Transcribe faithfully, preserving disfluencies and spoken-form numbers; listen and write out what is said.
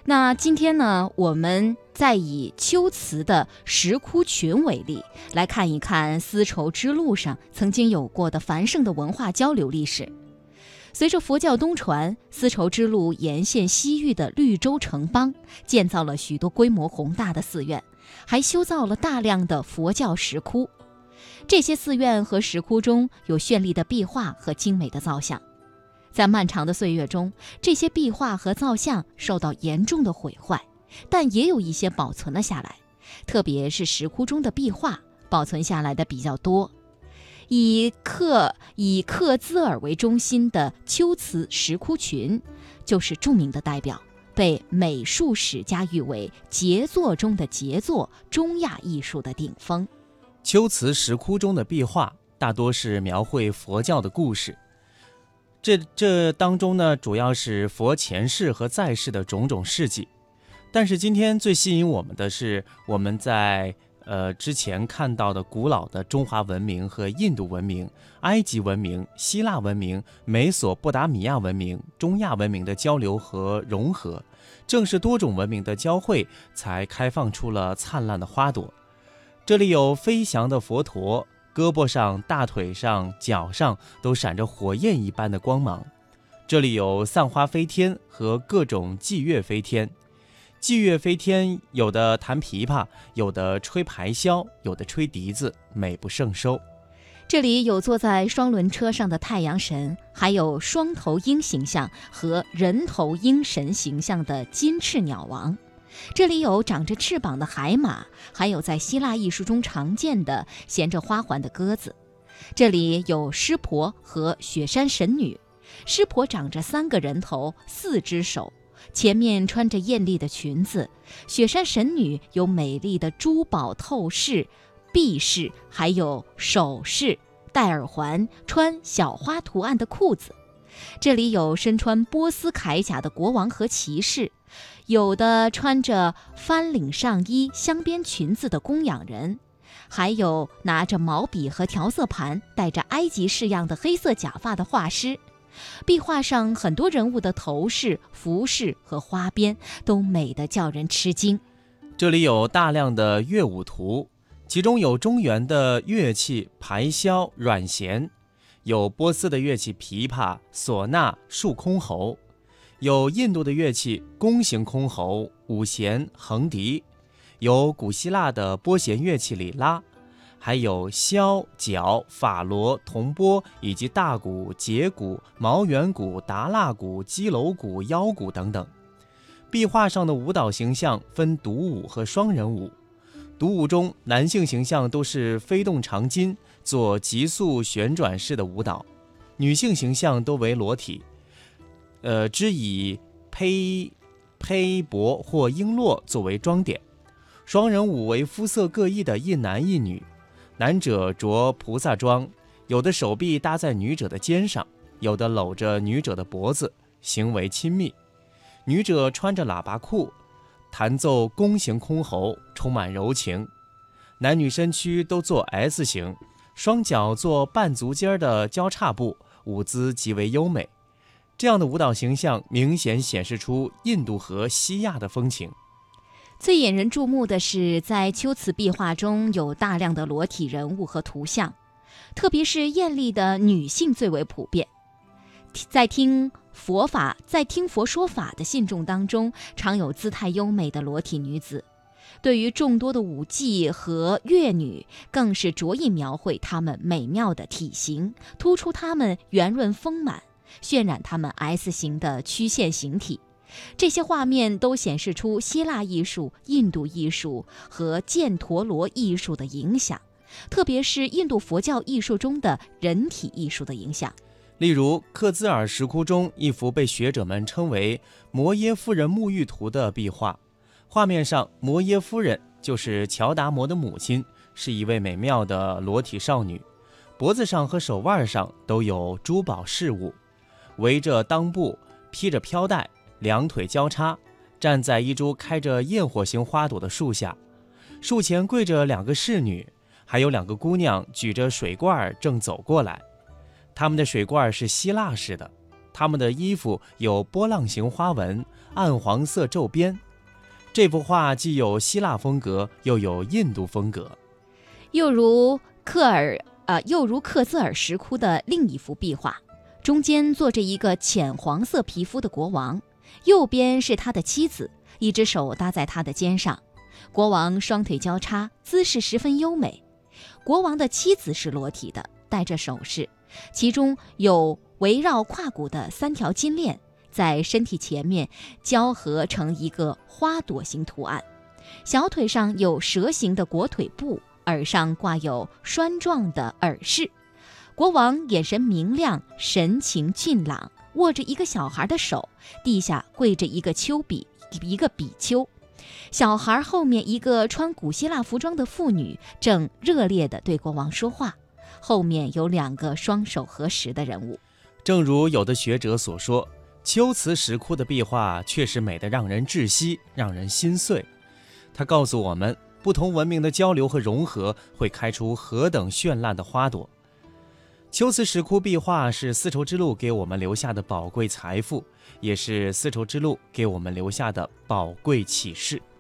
那今天呢，我们再以龟兹的石窟群为例，来看一看丝绸之路上曾经有过的繁盛的文化交流历史。随着佛教东传，丝绸之路沿线西域的绿洲城邦建造了许多规模宏大的寺院，还修造了大量的佛教石窟。这些寺院和石窟中有绚丽的壁画和精美的造像。在漫长的岁月中，这些壁画和造像受到严重的毁坏，但也有一些保存了下来，特别是石窟中的壁画保存下来的比较多。以克以克孜尔为中心的龟兹石窟群就是著名的代表，被美术史家誉为杰作中的杰作，中亚艺术的顶峰。 龟兹石窟中的壁画大多是描绘佛教的故事，这这当中呢，主要是佛前世和在世的种种事迹。但是今天最吸引我们的是我们在呃之前看到的古老的中华文明和印度文明、埃及文明、希腊文明、美索不达米亚文明、中亚文明的交流和融合，正是多种文明的交汇，才开放出了灿烂的花朵。这里有飞翔的佛陀，胳膊上、大腿上、脚上都闪着火焰一般的光芒。这里有散花飞天和各种伎乐飞天。伎乐飞天，有的弹琵琶，有的吹排箫，有的吹笛子，美不胜收。 这里有坐在双轮车上的太阳神，还有双头鹰形象和人头鹰神形象的金翅鸟王。这里有长着翅膀的海马，还有在希腊艺术中常见的衔着花环的鸽子。这里有湿婆和雪山神女，湿婆长着三个人头，四只手，前面穿着艳丽的裙子。雪山神女有美丽的珠宝透饰、臂饰，还有首饰，戴耳环，穿小花图案的裤子。这里有身穿波斯铠甲的国王和骑士，有的穿着翻领上衣、镶边裙子的供养人，还有拿着毛笔和调色盘、戴着埃及式样的黑色假发的画师。壁画上很多人物的头饰、服饰和花边都美得叫人吃惊。 这里有大量的乐舞图，其中有中原的乐器排箫、阮弦，有波斯的乐器琵琶、唢呐、竖箜篌，有印度的乐器弓形箜篌、五弦、横笛，有古希腊的拨弦乐器里拉，还有箫、角、法螺、铜钵以及大鼓、节鼓、毛圆鼓、达腊鼓、基楼鼓、腰鼓等等。壁画上的舞蹈形象分独舞和双人舞，独舞中男性形象都是飞动长巾，做急速旋转式的舞蹈，女性形象都为裸体，呃，只以胚胚帛或璎珞作为装点。双人舞为肤色各异的一男一女，男者着菩萨装，有的手臂搭在女者的肩上，有的搂着女者的脖子，行为亲密。女者穿着喇叭裤，弹奏弓形箜篌，充满柔情。男女身躯都做 S 型，双脚做半足尖的交叉步，舞姿极为优美。这样的舞蹈形象明显显示出印度和西亚的风情。 最引人注目的是，在龟兹壁画中有大量的裸体人物和图像，特别是艳丽的女性最为普遍。在听佛法、在听佛说法的信众当中，常有姿态优美的裸体女子。对于众多的舞伎和乐女，更是着意描绘她们美妙的体型，突出她们圆润丰满，渲染她们 S 型的曲线形体。这些画面都显示出希腊艺术、印度艺术和犍陀罗艺术的影响，特别是印度佛教艺术中的人体艺术的影响。 例如克孜尔石窟中一幅被学者们称为摩耶夫人沐浴图的壁画，画面上摩耶夫人就是乔达摩的母亲，是一位美妙的裸体少女，脖子上和手腕上都有珠宝饰物，围着裆部，披着飘带，两腿交叉，站在一株开着焰火形花朵的树下，树前跪着两个侍女，还有两个姑娘举着水罐正走过来。他们的水罐是希腊式的，他们的衣服有波浪形花纹， 暗黄色皱边。这幅画既有希腊风格，又有印度风格。 又如克尔呃，又如克孜尔石窟的另一幅壁画，中间坐着一个浅黄色皮肤的国王，右边是他的妻子，一只手搭在他的肩上。国王双腿交叉，姿势十分优美。国王的妻子是裸体的，戴着首饰，其中有围绕胯骨的三条金链，在身体前面交合成一个花朵形图案。小腿上有蛇形的裹腿布，耳上挂有栓状的耳饰。国王眼神明亮，神情俊朗，握着一个小孩的手，地下跪着一个丘比一个比丘。小孩后面一个穿古希腊服装的妇女正热烈地对国王说话，后面有两个双手合十的人物。 正如有的学者所说，龟兹石窟的壁画确实美得让人窒息，让人心碎。它告诉我们，不同文明的交流和融合会开出何等绚烂的花朵。龟兹石窟壁画是丝绸之路给我们留下的宝贵财富，也是丝绸之路给我们留下的宝贵启示。